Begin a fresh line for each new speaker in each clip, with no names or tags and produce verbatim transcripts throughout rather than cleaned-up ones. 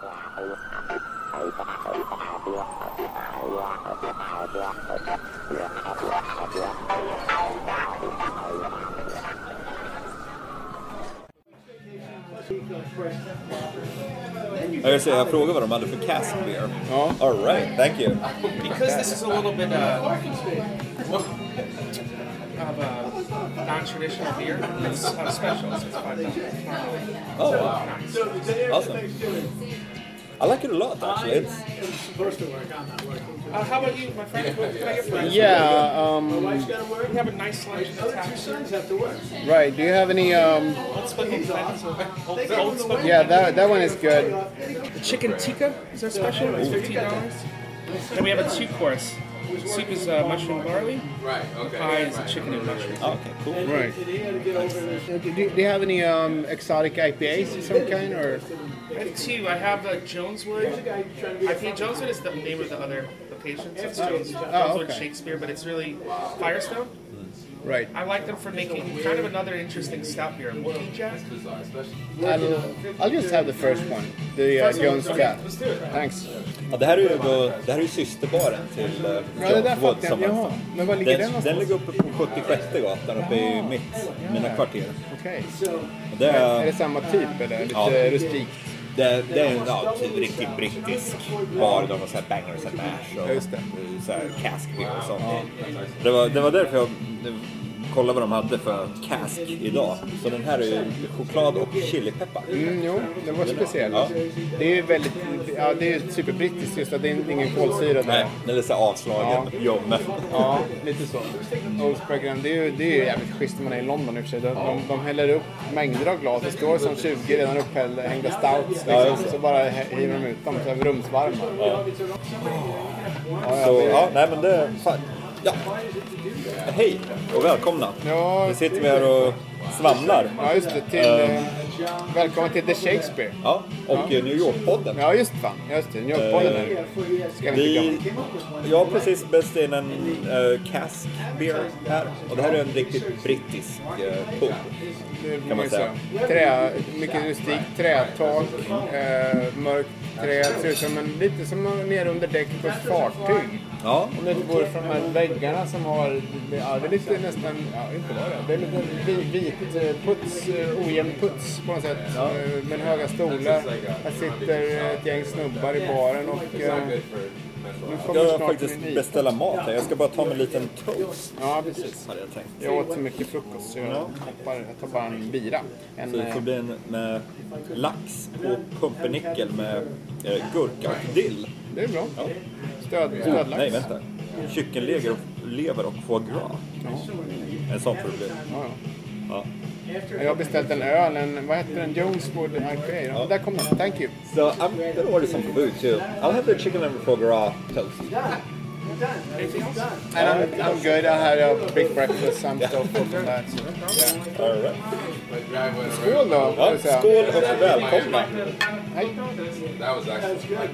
Jag vill säga, jag frågade vad de hade för cask beer.
Ja.
All right, thank you.
Because this is a little bit uh, of a non-traditional beer, it's uh, special, so it's five dollars.
Oh, wow. Awesome. I like it a lot, actually. It's...
Uh, how about you, my friend? What can I get for you?
Yeah, um,
We have a nice selection of taps.
right. Do you have any, um,
Old Spokane Flat. Old, old Spokane.
yeah, that that one is good.
The chicken tikka is our special. It's fifteen dollars. Then we have a two-course. Soup is uh, mushroom barley.
Right, okay.
Pie is a chicken and mushroom.
Oh, okay, cool.
Right. Do, do you have any um, exotic I P As of some kind, or?
I have two. I have uh, Joneswood. I think Joneswood is the name of the other location, so it's Jones, Joneswood
okay.
Shakespeare, but it's really Firestone.
Right.
I like them for making kind of another interesting stout beer, Wookiee Jack.
I'll, I'll just have the first one, the uh, Jones Cat. Thanks.
Ja, det här är ju då, det här är ju systerbaren till uh,
Ja, det där
Joneswood.
fattar jag. Jaha, men var ligger den
Den,
någonstans?
den ligger uppe på sjuttiosjätte gatan uppe i mitt, mina kvarter.
Okej.
Och det
Är
är,
det samma typ eller lite
Ja.
rustikt?
det, det är en ja, typ riktigt brittisk bar. De har så här bangers and mash och
Ja, just det.
så här cask beer och sånt. Det, var, det var därför jag kollade vad de hade för cask idag. Så den här är ju choklad och chilipeppar.
Mm, jo, det var speciellt.
Ja.
Det är ju väldigt, ja det är superbrittiskt just att det är ingen kolsyra där.
Nej, den är så här avslagen jomme.
Ja, lite så. Old Spokane, det är ju, det är ju jävligt schysst när man är i London i och för sig. De, de, de häller upp mängder av glas. Det står som tjugo redan upphängda stouts. Liksom.
Ja,
så bara hiver de ut dem så är vi rumsvarma. Ja. Ja,
Så
det-
ja, nej men det fan. Ja. Hej och välkomna.
Ja,
Nu sitter vi här och svamlar.
ja, just det. Till, eh, välkommen till The Shakespeare.
Ja, och New York-podden.
Ja, just fan. Just det. New York-podden här. Ska vi
Vi,
tycka.
jag har precis beställt en uh, cask beer här. Och det här är en riktigt brittisk uh, pub.
Det
kan man säga.
Trä, mycket rustikt trätak, eh, mörkt trä. Det ser ut som en, lite som nere under däcket på ett fartyg.
Ja,
Om det inte vore från de här väggarna som har, ja det är lite nästan, ja inte vad det är. Det är lite vi- vit eh, puts, eh, ojämn puts på något sätt. eh, Med höga stolar. Här sitter ett gäng snubbar i baren och eh, nu kommer
jag ska
snart
faktiskt
menyn.
beställa mat här. Jag ska bara ta mig en liten toast.
Ja, precis.
Hade jag tänkt.
Jag åt så mycket frukost så jag, hoppar, jag tar bara en bira. En,
Så det får
eh,
bli en med lax och pumpernickel med eh, gurka och dill.
det är bra. Stöd, stödlax.
Nej, vänta. Kyckenlever och lever och foie gras. En sån får det bli.
Ja,
Ja.
ja. Jag har beställt en öl, en, vad heter den? Joneswood I P A. Ja. Där kommer den, thank you.
So I'm gonna order some food too. I'll have the chicken and foie gras toast.
And I'm, I'm good, I had a big breakfast, I'm still full from that. So, yeah.
All right.
Skål då,
Ja,
får jag säga.
skål och välkomna.
Hej.
That was actually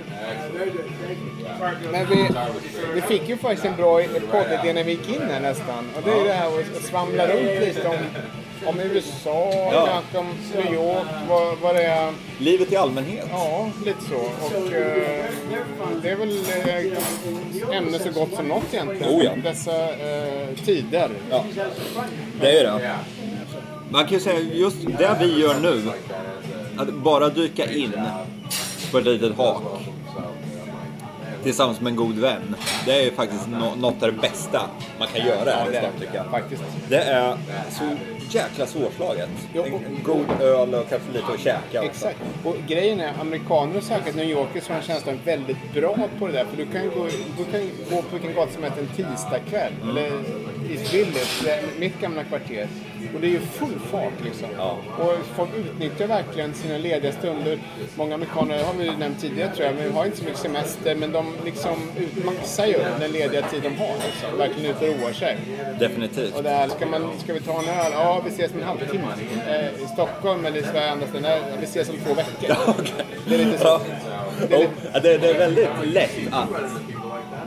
Men vi, vi fick ju faktiskt en bra poddidé när vi gick in här nästan. Och det är det här att svamla runt lite om, om U S A,
Ja.
kanske om New York, vad, vad det är.
Livet i allmänhet.
Ja, lite så. Och eh, det är väl eh, ämne så gott som något egentligen.
Oh ja.
Dessa eh, tider.
Ja, det är det. Man kan ju säga just det vi gör nu, att bara dyka in på ett litet hak tillsammans med en god vän, det är ju faktiskt no- något av det bästa man kan göra här i stan, tycker jag.
Faktiskt.
Det är så jäkla svårslaget.
Jo,
En
och-
god öl och kanske lite att käka också.
Exakt. Och grejen är, amerikaner och särskilt New Yorkers har en känsla väldigt bra på det där. För du kan ju gå, du kan ju gå på vilken gata som helst en tisdagkväll.
Mm.
Eller East Village, det är mitt gamla kvarter. Och det är ju full fart liksom.
Ja.
Och folk utnyttjar verkligen sina lediga stunder. Många amerikaner har vi ju nämnt tidigare tror jag, men har inte så mycket semester. Men de liksom utmaxar ju den lediga tid de har. Liksom. Verkligen ut och roar sig.
Definitivt.
Och där ska, man, ska vi ta en öl? Ja, vi ses om en halvtimme. Eh, I Stockholm eller i Sverige andra ställen. Nej, vi ses om två veckor.
Ja, okej.
Det är lite så.
Ja.
Det är
Och, ja, det, det är väldigt lätt att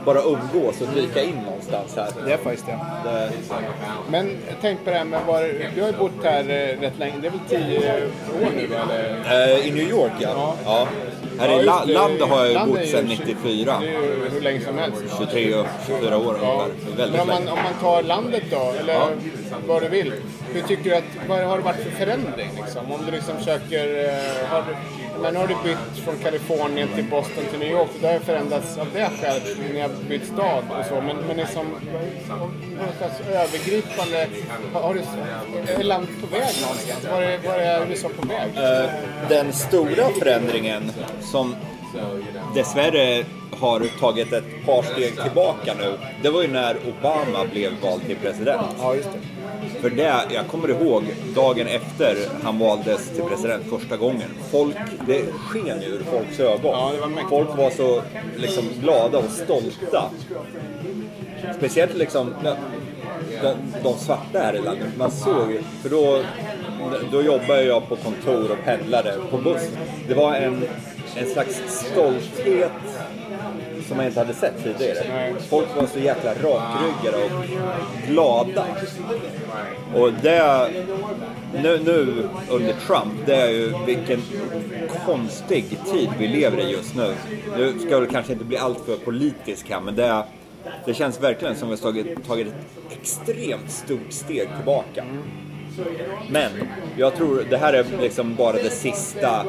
bara umgås och dyka in någonstans här.
Det är faktiskt det.
det...
Men tänk på det här med var, du har ju bott här eh, rätt länge, det är väl tio år nu eller?
Uh, I New York ja.
Ja.
ja. Här
Ja,
i la-
det.
landet har jag ju
Land
bott
är ju
sedan
tjugo
nittiofyra.
Det är ju hur länge som helst.
tjugotre, tjugofyra år
Ja.
ungefär. Väldigt
Men om man,
länge.
om man tar landet då, eller
Ja.
vad du vill. Hur tycker du att, vad har det varit för förändring liksom? Om du liksom försöker, eh, har du, men har du bytt från Kalifornien till Boston till New York, det har ju förändrats av det skälet när ni har bytt stad och så. Men, men liksom, något slags övergripande, har, har du, är landet på väg någonstans? Var är, var är U S A på väg?
Uh, den stora förändringen som dessvärre har tagit ett par steg tillbaka nu, det var ju när Obama blev vald till president.
Ja, just det.
För det, jag kommer ihåg dagen efter han valdes till president första gången. Folk, det sken ur folks ögon.
Ja, det var mäktigt.
Folk var så liksom glada och stolta. Speciellt liksom de, de svarta här i landet. Man såg, för då, då jobbade jag på kontor och pendlade på buss. Det var en, en slags stolthet som jag inte hade sett tidigare. Folk var så jäkla rakryggade och glada. Och det nu, nu under Trump, det är ju vilken konstig tid vi lever i just nu. Nu ska det kanske inte bli allt för politisk här, men det, det känns verkligen som att vi har tagit, tagit ett extremt stort steg tillbaka. Men jag tror det här är liksom bara det sista...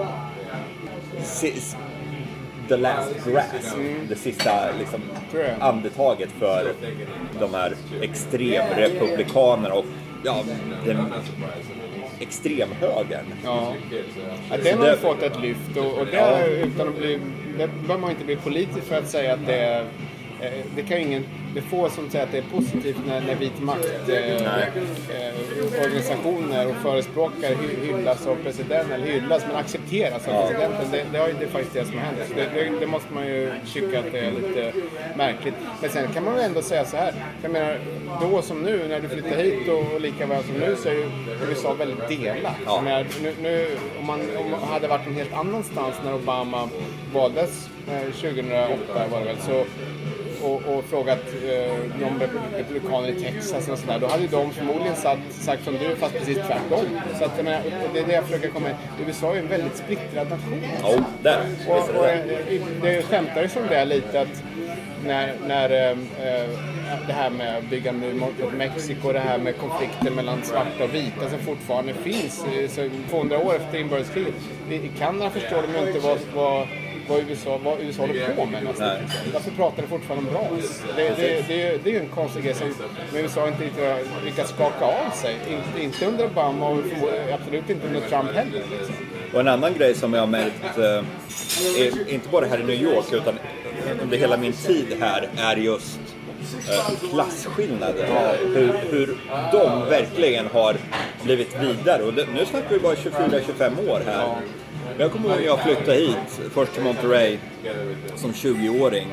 sista the last grasp, mm. det sista liksom, andetaget för de här extremrepublikanerna och ja, den extremhögern.
Ja. Ja, den har ju fått ett lyft och, och det, ja. utan att bli, det behöver man inte bli politisk för att säga att det det kan ingen, det får som säger att det är positivt när, när vit makt eh, eh, organisationer och förespråkare hy, hyllas av presidenten, eller hyllas men accepteras av ja. presidenten. Det, det, är, det är faktiskt det som händer. Det, det, det måste man ju tycka att det är lite märkligt. Men sen kan man ju ändå säga så här. Jag menar, då som nu när du flyttar hit och, och lika väl som nu så är ju U S A väldigt delat. Ja. Menar, nu, nu, om, man, om man hade varit någon helt annanstans när Obama valdes eh, tjugohundraåtta var det väl så Och, och frågat eh, de republikaner i Texas och sådär, då hade de förmodligen sagt, sagt som du, fast precis tvärtom. Så att, menar, det är det jag försöker komma med. U S A är en väldigt splittrad nation.
Ja, oh, där.
Och, och, det skämtar ju som det lite att när, när äh, det här med att bygga mur mot Mexiko, det här med konflikter mellan svarta och vita som fortfarande finns så tvåhundra år efter inbördeskriget. I Kanada förstår de inte vad, vad Vad U S A, vad U S A håller på med nästan. Varför pratar det fortfarande om ras? Det, det, det, det är ju en konstig grej som U S A inte riktigt har lyckats skaka av sig. Inte, inte under Obama och absolut inte under Trump heller. Liksom.
Och en annan grej som jag har märkt, eh, inte bara här i New York utan under hela min tid här, är just eh, klasskillnader. Hur, hur de verkligen har blivit vidare. Och det, nu snackar vi bara tjugofyra till tjugofem år här. Jag kommer ihåg att jag flyttade hit, först till Monterey som tjugoåring.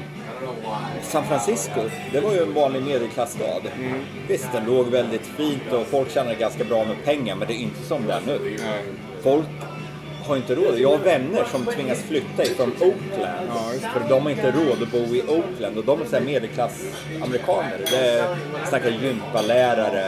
San Francisco, det var ju en vanlig medelklassstad. Mm. Visst, den låg väldigt fint och folk tjänade ganska bra med pengar, men det är inte som det är nu. Folk har inte råd. Jag har vänner som tvingas flytta ifrån Oakland. Ja, för de har inte råd att bo i Oakland. Och de är så här medelklassamerikaner. Det är snackar gympalärare.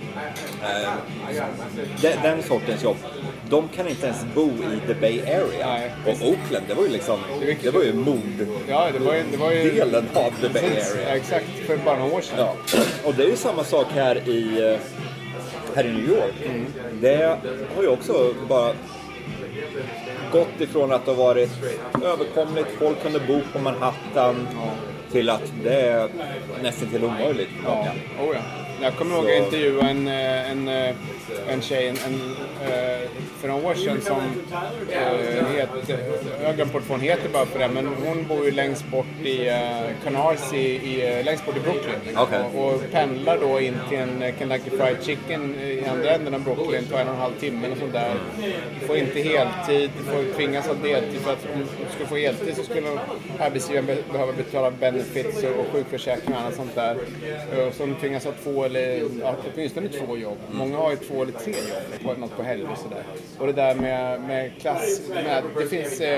Eh, den, den sortens jobb. De kan inte ens bo i the Bay Area. Nej. Och Oakland, det var ju liksom, det var ju mord.
Ja, det var ju, det var ju
delen av the Bay Area.
Ja, exakt, för bara några år sedan.
Ja. Och det är ju samma sak här i, här i New York. Mm. Det har ju också bara gått ifrån att det har varit överkomligt, folk kunde bo på Manhattan, ja. till att det är nästan till omöjligt.
Ja. Oh, ja. Jag kommer ihåg att intervjua en, en, en tjej en, en, för några år sedan som äh, heter, jag har glömt bort vad hon heter bara för det, men hon bor ju längst bort i uh, Canarsie, i, längst bort i Brooklyn.
Okay.
Och, och pendlar då in till en Kentucky Fried Chicken i andra änden av Brooklyn, tar en och en halv timme och sånt där. Får inte heltid, får tvingas ha deltid, för att om du skulle få heltid så skulle arbetsgivaren be- behöva betala benefits och, och sjukförsäkring och annat sånt där. Och så tvingas ha två eller ja, åtminstone två jobb. Många har ju två eller tre jobb, något på helg och sådär. Och det där med, med klass, med, det finns eh,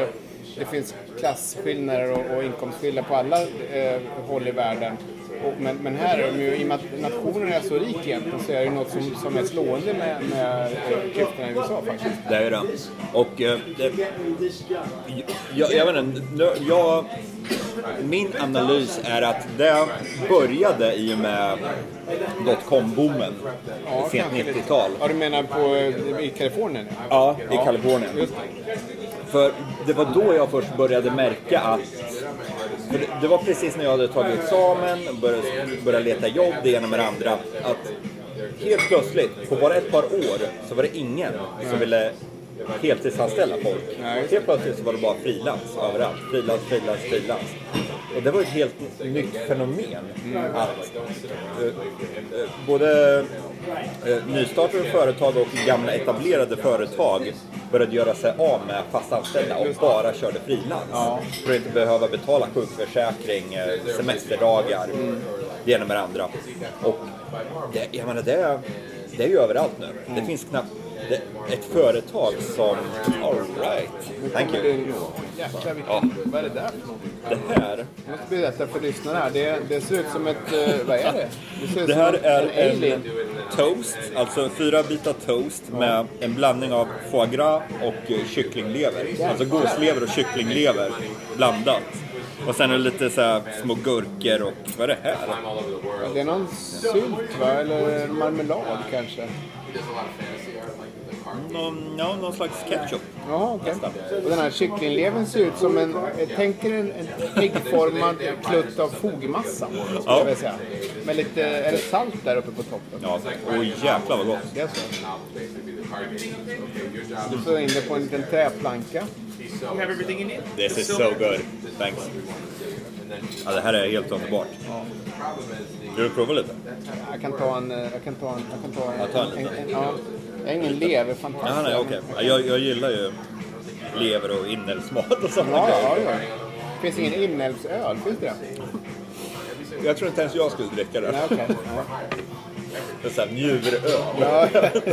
det finns klasskillnader och, och inkomstskillnader på alla eh, håll i världen. Och, men, men här är de ju, i och med att nationen är så rik egentligen, så är det något som, som är slående med, med klyftorna i U S A faktiskt.
Det är det. Och eh, det, jag, jag vet inte, jag, min analys är att det började i och med dotcom-boomen,
Ja,
sent nittiotal.
Ja, du menar på, i Kalifornien?
Ja, i
Ja,
Kalifornien.
just det.
För det var då jag först började märka att... För det, det var precis när jag hade tagit examen, började, började leta jobb, det ena med det andra. Att helt plötsligt, på bara ett par år, så var det ingen som ville heltidsanställa folk.
Nej.
Helt plötsligt så var det bara frilans överallt. Frilans, frilans, frilans. Och det var ett helt nytt fenomen. Att uh, uh, både uh, nystartade företag och gamla etablerade företag började göra sig av med fast anställda och bara körde frilans. Ja. För att inte behöva betala sjukförsäkring, semesterdagar, mm. det ena med det andra. Och det, jag menar, det, det är ju överallt nu. Mm. Det finns knappt det, ett företag som... All right. Thank you.
Jäklar, vilken,
ja.
Vad är det där för någonting?
Det här...
Jag måste berätta för lyssnarna här. Det, det ser ut som ett... Vad är det? Det, ser ut
det
som
här
en,
är
en,
en toast, alltså fyra bitar toast ja. med en blandning av foie gras och kycklinglever. Ja. Alltså gåslever och kycklinglever blandat. Och sen är det lite så här små gurkor och vad är det här?
Ja, det är någon sylt, va? Eller marmelad kanske?
Någon, ja, någon slags ketchup.
Ja, okej. Okay. Och den här kycklinglevern ser ut som en, jag tänker en, en äggformad klutt av fogmassa. Ja. Jag vill säga. Med lite, är det salt där uppe på toppen?
Ja, och jävlar vad gott.
Det är så. Du får in det på en liten träplanka.
You have everything you need.
This is so good. Thanks. Ja, det här är helt underbart. Ja. Vill du prova lite?
Jag kan ta en... Jag kan ta en... Jag kan ta en...
Jag tar en,
en, en, en ja. Jag är ingen lever, fantastiskt.
Ja, nej, okej. Okay. Jag, jag gillar ju lever och inälvsmat och sånt.
Ja, ja, ja. Finns ingen inälvsöl, finns det?
Jag tror inte ens jag skulle dricka det.
Nej, okej. Okay. Ja.
Det är såhär njuröl.
Ja.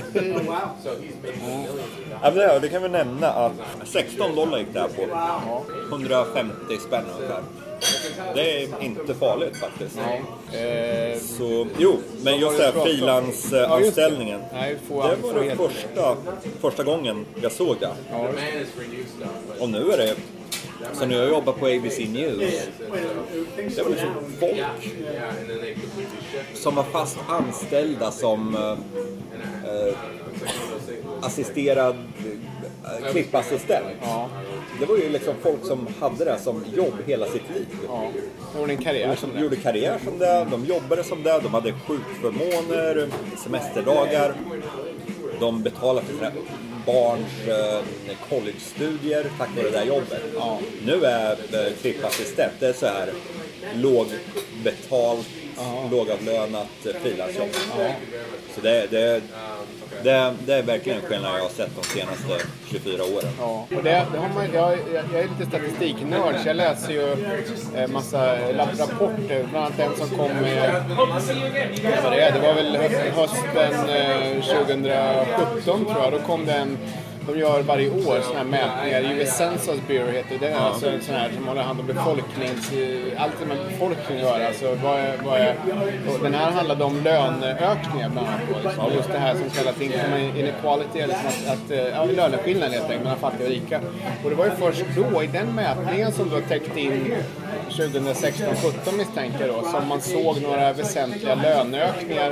Ja, men det, det kan vi nämna att sexton dollar gick det här på. hundrafemtio spänn ungefär. Det är inte farligt faktiskt.
Nej. Eh,
så, jo, men just det här frilansanställningen. Ja, det. det var det första, första gången jag såg det. Ja. Och nu är det... Så när jag jobbar på A B C News, det var liksom folk som var fast anställda som äh, assisterad äh, klippassistent. Ja. Det var ju liksom folk som hade det som jobb hela sitt liv.
Ja. De gjorde en karriär som det.
De gjorde karriär som det, de jobbade som det, de hade sjukförmåner, semesterdagar. De betalade för sina barns eh, college-studier tack vare det där jobbet. Ja. Nu är eh, klippassistent, det är så här lågbetalt, ja. lågavlönat eh, frilansjobb. Ja. Så det, det, det, det är verkligen en skillnad jag har sett de senaste tjugofyra åren. Ja.
Och det, det har man, jag, jag är lite statistiknörd, så jag läser ju eh, massa rapporter, bland annat en som kom med, vad det är, det var väl hösten eh, tjugosjutton tror jag, då kom det en, de gör varje år såna här mätningar, U S Census Bureau heter det, ja. Alltså en sån här som håller hand om befolknings, allt med befolkning gör, alltså vad är, vad är, den här handlade om löneökningar bland annat då, liksom. Just det här som kallas income inequality, eller att, att, ja, löneskillnad helt enkelt mellan fattiga och rika. Och det var ju först då, i den mätningen som då täckte in tjugosexton sjutton misstänker då, som man såg några väsentliga löneökningar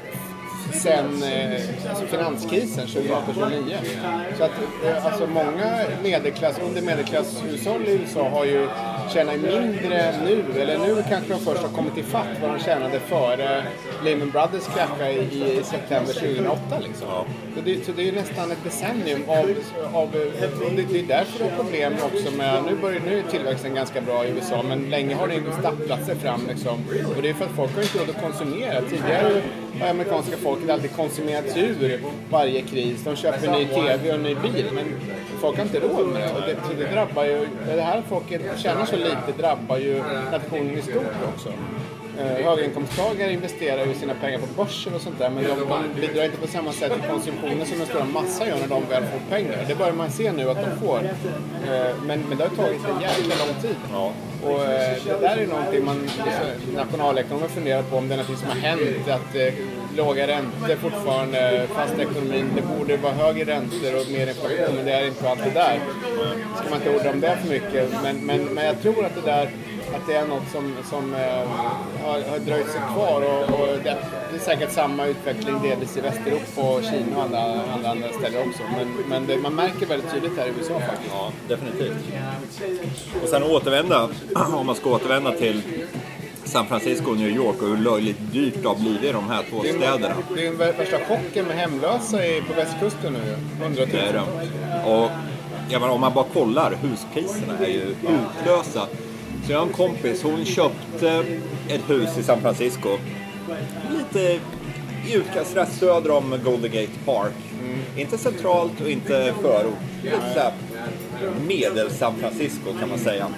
sen eh, alltså finanskrisen tjugoåtta tjugonio. Så att eh, alltså många medelklass, under medelklasshushåll i U S A har ju tjänar mindre nu, eller nu kanske de först har kommit i fatt vad de tjänade före Lehman Brothers kraschade i, i september tjugohundraåtta liksom. Ja. Så, det, så det är ju nästan ett decennium av, av och det, det är därför det är problem också med, nu börjar nu är tillväxten ganska bra i U S A, men länge har det inte stapplat sig fram liksom. Och det är för att folk har inte råd att konsumera. Tidigare har amerikanska folket alltid konsumerat ur varje kris. De köper en ny tv och en ny bil, men folk har inte råd med det. Och det, så det drabbar ju, det här folket tjänar så lite drabbar ju nationen i stort också. Eh, höginkomsttagare investerar ju sina pengar på börsen och sånt där, men de, de bidrar inte på samma sätt till konsumtionen som den stora massa gör när de väl får pengar. Det börjar man se nu att de får. Eh, men, men det har tagit en jävla lång tid.
Ja.
Och eh, det där är någonting man, nationalekonomer funderar på, om det är något som har hänt, att eh, låga räntor fortfarande, fast ekonomin, det borde vara högre räntor och mer inflation, men det är inte alltid där. Ska man inte ordra om det för mycket, men, men, men jag tror att det där, att det är något som, som eh, har, har dröjt sig kvar, och, och det, det är säkert samma utveckling delvis i Västeuropa och Kina och alla, alla andra ställen också, men, men det, man märker väldigt tydligt här i U S A faktiskt.
Ja, definitivt. Och sen återvända, om man ska återvända till San Francisco och New York och hur löjligt dyrt det har blivit i de här två
Det är,
städerna.
det är en värsta chocken med hemlösa i, på västkusten nu, hundratusen.
Det är det. Och jag menar, om man bara kollar, huspriserna är ju utlösa. Så jag har en kompis, hon köpte ett hus i San Francisco. Lite i utkasträtt söder om Golden Gate Park. Mm. Inte centralt och inte förort. Lite såhär medel San Francisco kan man säga.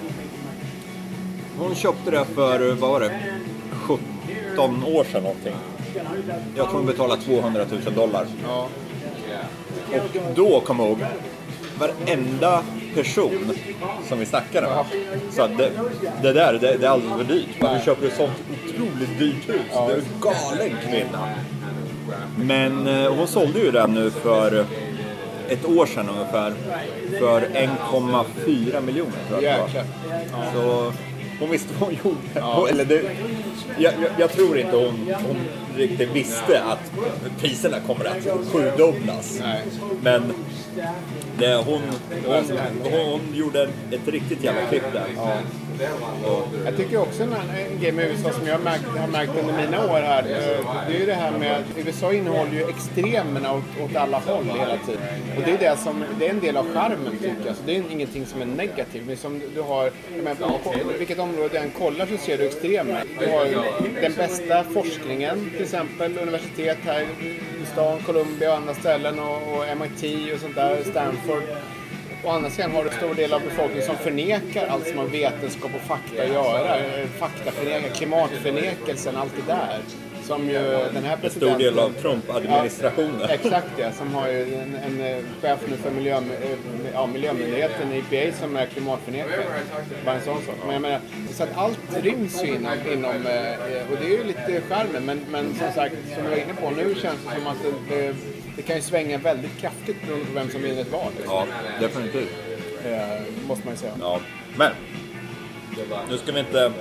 Hon köpte det för, vad var det, sjutton år sedan någonting. Jag tror hon betalade tvåhundratusen dollar.
Ja.
Och då kom jag ihåg, varenda person som vi snackade med. Så att det, det där, det, det är alldeles för dyrt. Varför köper du ett sånt otroligt dyrt hus? Ja. Det är en galen kvinna. Men eh, hon sålde ju den nu för ett år sedan ungefär. För en komma fyra miljoner tror jag.
Jäklar.
Ja. Så hon visste vad hon gjorde.
Ja.
Eller det, jag, jag, jag tror inte hon, hon riktigt visste att priserna kommer att sjudubblas.
Nej.
Men det, hon, hon, hon, hon gjorde ett riktigt jävla klipp där.
Ja. Jag tycker också en, en grej med U S A som jag har märkt, har märkt under mina år här, det är ju det här med att U S A innehåller ju extremerna åt, åt alla håll hela tiden. Och det är, det som, det är en del av charmen tycker jag. Så det är ingenting som är negativt. Men som du har, men på vilket område du än kollar så ser du extremer. Du har den bästa forskningen, till exempel universitet här i stan, Columbia och andra ställen, och, och M I T och sånt där, Stanford. Å andra sidan har du en stor del av befolkningen som förnekar allt som har vetenskap och fakta att göra. Faktaförnekar, klimatförnekelsen, allt det där. Som ju den här presidenten...
En stor del av Trump-administrationen.
Ja, exakt det. Som har ju en, en chef nu för miljö, ja, miljömyndigheten i E P A som är klimatförnekare. Bara en sån sak. Men jag menar, så att allt ryms ju inom, inom och det är ju lite charmen. Men, men som sagt, som jag var inne på, nu känns det som att det, det, det kan ju svänga väldigt kraftigt beroende på vem som vinner ett val.
Ja, definitivt.
Eh, måste man ju säga.
Ja, men nu ska vi inte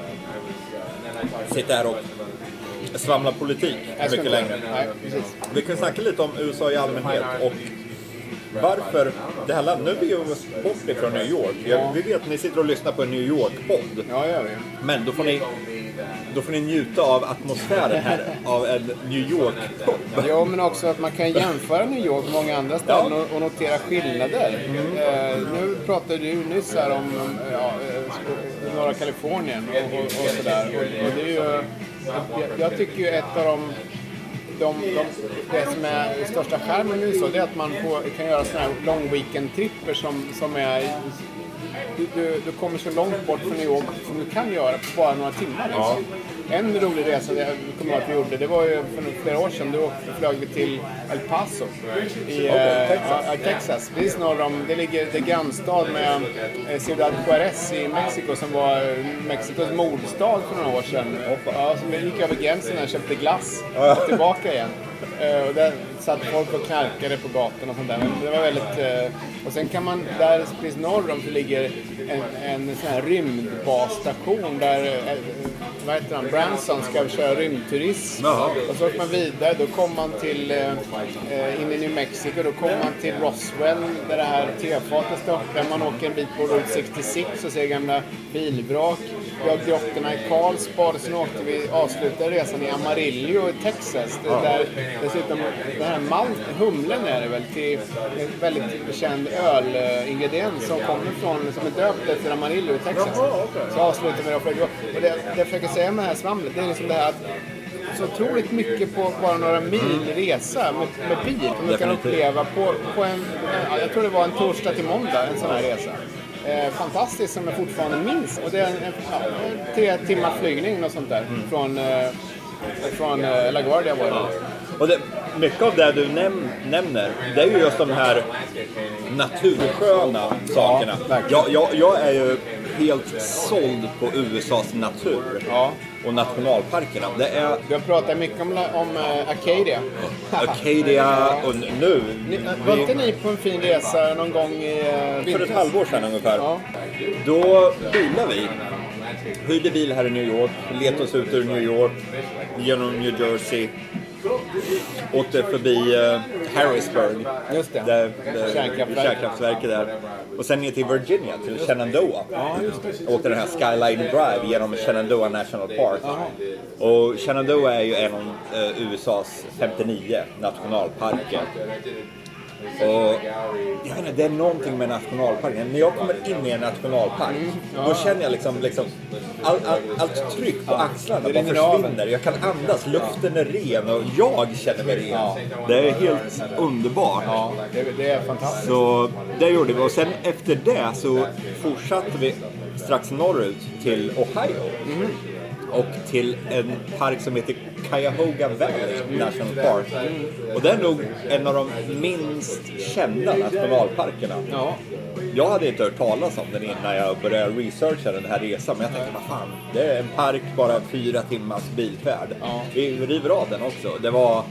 sitta här och svamla politik mycket längre.
Nej, precis.
Vi kan snacka lite om U S A i allmänhet och varför det här landet, nu beger vi oss bort ifrån New York. Jag, vi vet att ni sitter och lyssnar på en New York-podd.
Ja, gör vi.
Men då får ni, då får ni njuta av atmosfären här, av en New York-podd.
Ja, men också att man kan jämföra New York med många andra ställen och, och notera skillnader. Mm. Eh, nu pratade du nyss här om ja, norra Kalifornien och, och, och sådär. Och, och det är ju, jag, jag tycker ju ett av de De, de, det som är största skärmen nu så det är att man får, kan göra såna här long weekend-tripper som, som är du, du, du kommer så långt bort från New York som du kan göra på bara några timmar liksom. Ja. En rolig resa jag kommer ihåg att vi gjorde, det var ju för flera år sedan, då flög vi till El Paso i
okay, Texas.
Äh, Texas. Precis norr om, det ligger det grannstad med eh, Ciudad Juarez i Mexiko som var Mexikos mordstad för några år sedan. Ja, som gick över gränsen och köpte glass och tillbaka igen. Uh, och där satt folk och knarkade på gatorna och sånt där. Men det var väldigt... Uh, och sen kan man... Där precis norr om så ligger en, en sån här rymdbasstation där... Uh, vad heter han? Branson ska köra rymdturism.
Jaha.
Och så åker man vidare. Då kommer man till... Uh, in i New Mexico. Då kommer man till Roswell. Där det här tefatet står. Där man åker en bit på Route sextiosex och ser gamla bilvrak. Vi har grottorna i Carlsbad. Sen åkte vi... Avslutade resan i Amarillo i Texas. Det där... Dessutom, den här malt, humlen är det väl till en väldigt känd ölingrediens som kommer från, som är döpt efter Amarillo i Texas. Så avslutar vi det. Och det, det jag försöker säga med det här svamlet, det är liksom det här att så otroligt mycket på bara några mil resa med, med bil som du kan uppleva på, på en, jag tror det var en torsdag till måndag, en sån här resa. eh, fantastiskt som jag fortfarande minns. Och det är en, en, ja, en tre timmars flygning och sånt där mm. från, eh, från eh, LaGuardia var det. Ja.
Och det, mycket av det du näm- nämner, det är ju just de här natursköna sakerna.
Ja,
jag, jag, jag är ju helt såld på U S A:s natur
ja.
och nationalparkerna. Det är...
Du har pratat mycket om, om uh, Acadia.
Acadia och nu...
Ni, var inte ni på en fin resa någon gång i uh,
För ett halvår sedan ungefär.
Ja.
Då bilade vi. Hyrde bil här i New York, letade oss ut ur New York, genom New Jersey. Åkte förbi uh, Harrisburg,
just det.
Där, där,
Kärnkraftverket.
kärnkraftverket där. Och sen ner till Virginia, till Shenandoah.
Ja, just det.
Åkte den här Skyline Drive genom Shenandoah National Park.
Aha.
Och Shenandoah är ju en av uh, U S A:s femtionio nationalparker. Och jag vet inte, det är någonting med nationalparken. När jag kommer in i en nationalpark mm, ja. Då känner jag liksom, liksom all, all, allt tryck på axlarna bara försvinner. Jag kan andas, luften är ren och jag känner mig ren. Ja. Det är helt underbart.
Ja, det, det är fantastiskt.
Så det gjorde vi. Och sen efter det så fortsatte vi strax norrut till Ohio. Mm. Och till en park som heter Cuyahoga Valley National Park. Och det är nog en av de minst kända nationalparkerna.
Ja.
Jag hade inte hört talas om den innan jag började researcha den här resan. Men jag tänkte, vad fan, det är en park bara fyra timmars bilfärd. Ja. Vi river av den också. Det var,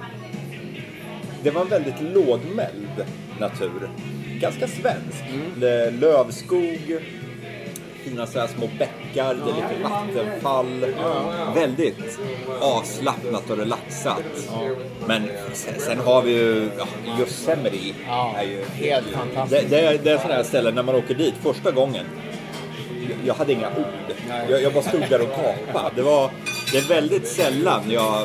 det var en väldigt lågmäld natur. Ganska svensk. Mm. Lövskog. Fina så här små bäckar, det är lite vattenfall. Ja. Väldigt avslappnat och relaxat. Ja. Men sen, sen har vi ju ja, Yosemite.
Ja, är ju helt fantastiskt.
Det, det, är, det är sådana här ställen när man åker dit första gången. Jag, jag hade inga ord. Jag, jag bara stod där och gapade. Det var det är väldigt sällan jag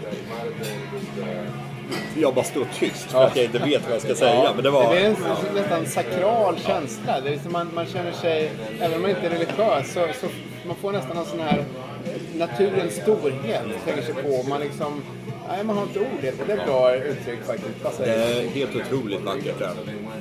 jag bara står tyst för ja. Att jag inte vet vad jag ska säga.
Ja.
Men det, var,
det är en ja. nästan sakral känsla. Det är som man, man känner sig, även om man inte är religiös, så, så man får nästan en sån här naturens storhet tänker sig på. Man liksom, nej, man har inte ord. Det är ett bra uttryck faktiskt.
Det är helt otroligt vackert där.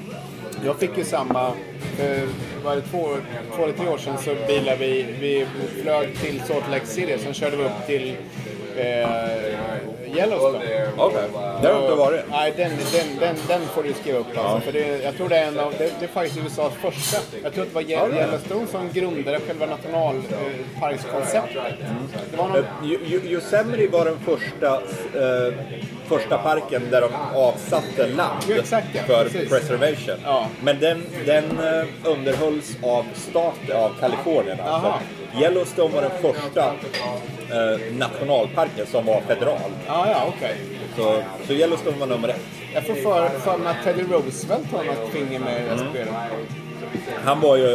Jag fick ju samma, för var det två, två eller tre år sedan så bilade vi, vi flög till Salt Lake City, sen körde vi upp till eh, Yellowstone.
Okej, det har inte varit.
Nej, den, den, den, den får du skriva upp alltså, ja. För det, jag tror det är en av, det, det är faktiskt U S A:s första. Jag tror att det var Ye- Yellowstone som grundade själva nationalparkskonceptet. Mm. Det var någon...
uh, Yosemite var den första uh, första parken där de avsatte land
ja, exakt, ja.
för
Precis.
preservation. Ja. Men den, den uh, underhölls av staten, av Kalifornien. Alltså. Yellowstone var den första uh, nationalparken som var federal.
Ah, ja, okej. Okay.
Så, så Yellowstone var nummer ett.
Jag får för, för mig att Teddy Roosevelt har något finger med i mm. spelet.
Han var ju...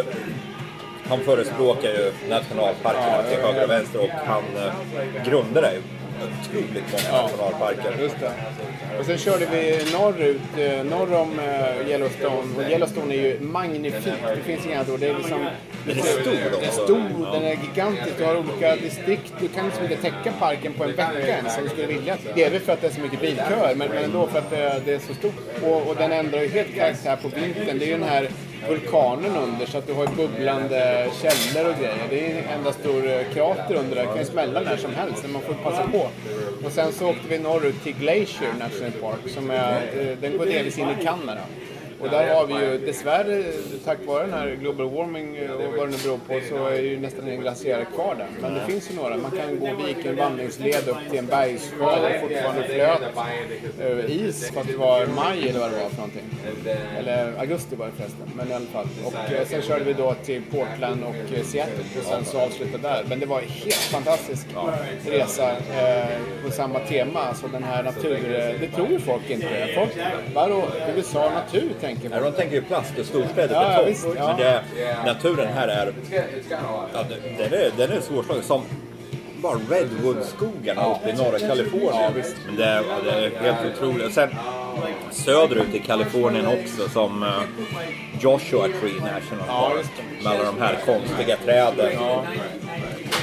Han förespråkar ju nationalparkerna ja, till höger och vänster och han uh, grundade ju otroligt många ja, nationalparker.
Just det. Och sen körde vi norrut, eh, norr om eh, Yellowstone. Och Yellowstone är ju magnifik. Det finns inga då. Det är liksom...
Den är stor då.
Den är stor, den är gigantisk. Du har olika distrikt. Du kan liksom inte täcka parken på en vecka ens om du skulle vilja. Det är väl för att det är så mycket bilköer, men, men ändå för att det, det är så stort. Och, och den ändrar ju helt karaktär på vintern. Det är ju den här vulkanen under, så att du har bubblande källor och grejer. Det är en enda stor krater under där. Det kan ju smälla när som helst, så man får passa på. Och sen så åkte vi norrut till Glacier National Park, som är, den går delvis in i Kanada. Och där har vi ju dessvärre, tack vare den här global warming och vad det nu beror på, så är ju nästan en glaciär kvar där. Men det finns ju några. Man kan gå och vika en vandringsled upp till en bergssjö där det fortfarande flöt över is, fast det var maj eller vad det var för någonting. Eller augusti var det förresten, men i alla fall. Och eh, sen körde vi då till Portland och eh, Seattle och sen så avslutade där. Men det var en helt fantastisk resa eh, på samma tema. Alltså den här natur, det tror ju folk inte. Folk, vadå, U S A natur?
Ja, de tänker ju plast och storstäder
ja,
betong.
visst, ja.
Men det, naturen här är, ja, den är, den är svårslagen. Som bara Redwood-skogarna ja. Uppe i norra Kalifornien. Ja, visst. Men det, ja, det är helt otroligt. Och sen söderut i Kalifornien också, som uh, Joshua Tree National Park. Ja, med alla de här konstiga träden. Ja.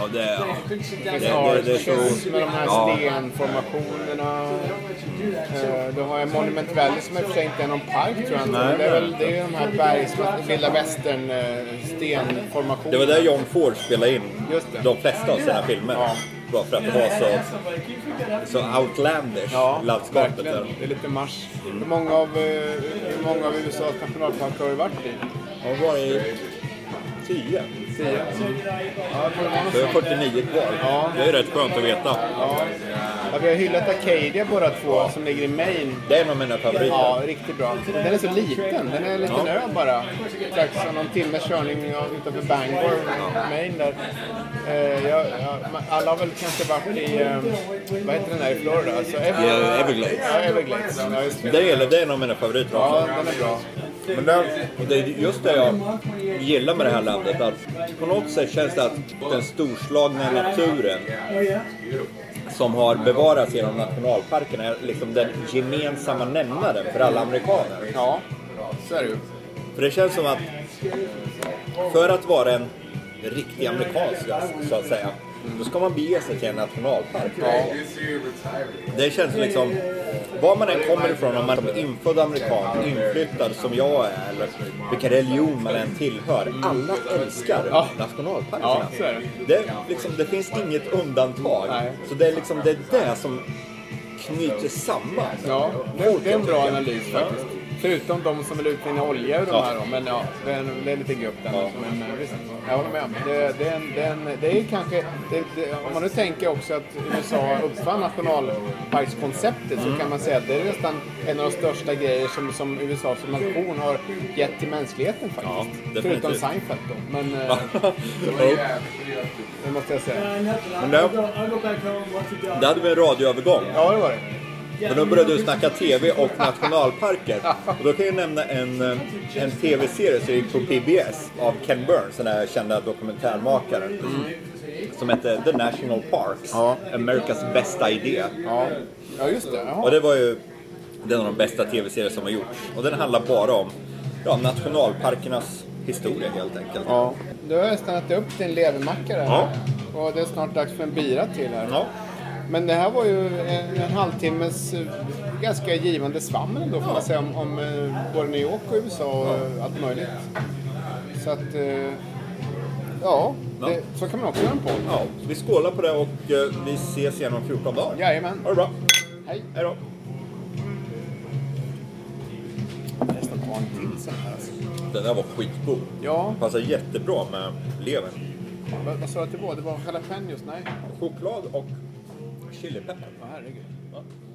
Ja, det är... Ja.
Det
Det,
finns
det, det är
arches
så...
med de här
Ja.
stenformationerna. Eh, Du har en Monument Valley som i och för sig inte är någon park tror jag inte.
Nej,
Det är
nej.
väl det är de här bergs, vilda västern eh, stenformationerna.
Det var där John Ford spelade in
Just det.
de flesta av sina filmer.
Ja.
Bara för att det var så, så outlandish,
Ja,
landskapet
verkligen.
där.
Det är lite mars. Hur många av, eh, hur många av U S A:s nationalparker har du varit i?
Jag var i tio.
Tio? Ja, jag tror det var något
Så är
sånt.
fyrtionio kvar.
Ja.
Det är rätt skönt att veta.
Ja. Ja, vi har hyllat Acadia båda två som ligger i Maine.
Det är en av mina favoriter.
Ja, riktigt bra. Den är så liten. Den är en liten
Ja.
ö bara. Strax någon timmes körning av- utanför Bangor, Maine där. Eh, jag, jag, alla har väl kanske varit i, eh, vad heter den där i Florida? Alltså, Ever-
Ja, Everglades.
Ja, Everglades. Ja, just det.
Det gäller, det är en av mina favoriter också.
Ja, den är bra.
Men där, och det är just det jag gillar med det här landet. Att på något sätt känns det att den storslagna naturen som har bevarats genom nationalparkerna är liksom den gemensamma nämnaren för alla amerikaner.
Ja, så är det ju.
För det känns som att för att vara en riktig amerikansk så att säga, då ska man bege sig till en nationalpark. Det känns liksom, var man än kommer ifrån, om man är infödd amerikan, inflyttad som jag är, eller vilken religion man än tillhör, alla älskar
Ja.
nationalparkerna.
Ja, så är det.
Det, är liksom, det finns inget undantag.
Nej.
Så det är liksom det, är det som knyter samman.
Ja, det, det är en bra analys faktiskt. Förutom de som vill utvinna olja ur de
Ja.
här då. Men ja, det är, det är lite grupp där.
Ja.
Men eh, visst, jag håller med. Det, det, är en, det, är en, det är kanske, det, det, om man nu tänker också att U S A uppfann nationalparkskonceptet så kan man säga att det är nästan en av de största grejer som, som U S A som nation har gett till mänskligheten faktiskt.
Ja, definitivt.
Förutom Seinfeld då. Men eh, det måste jag säga.
Men där, där hade vi en radioövergång.
Ja, det var det.
För då började du snacka tv och nationalparker. Och då kan jag nämna en, en tv-serie som gick på P B S av Ken Burns, den här kända dokumentärmakaren. Mm. Som hette The National Parks.
Ja.
Amerikas bästa idé.
Ja, ja just det. Jaha.
Och det var ju den av de bästa tv-serier som har gjorts. Och den handlar bara om ja, nationalparkernas historia helt enkelt.
Ja. Du har stannat upp till en levermacka där.
Ja.
Och det är snart dags för en bira till här.
Ja.
Men det här var ju en, en halvtimmes eh, ganska givande svammel då får man säga om, om eh, både New York och U S A och eh, allt möjligt. Så att, eh, ja,
Ja.
det, så kan man också göra en podd.
Ja, vi skålar på det och eh, vi ses igen om fjorton dagar.
Jajamän.
Ha det bra.
Hej.
Hej då.
Nästan ta en till sån här. Alltså.
Den där var skitgod.
Ja,
Passar jättebra med levern.
vad, vad sa du att det var? Det var jalapenos? Nej.
Choklad och chilipeppar.
Åh herregud.
Ja.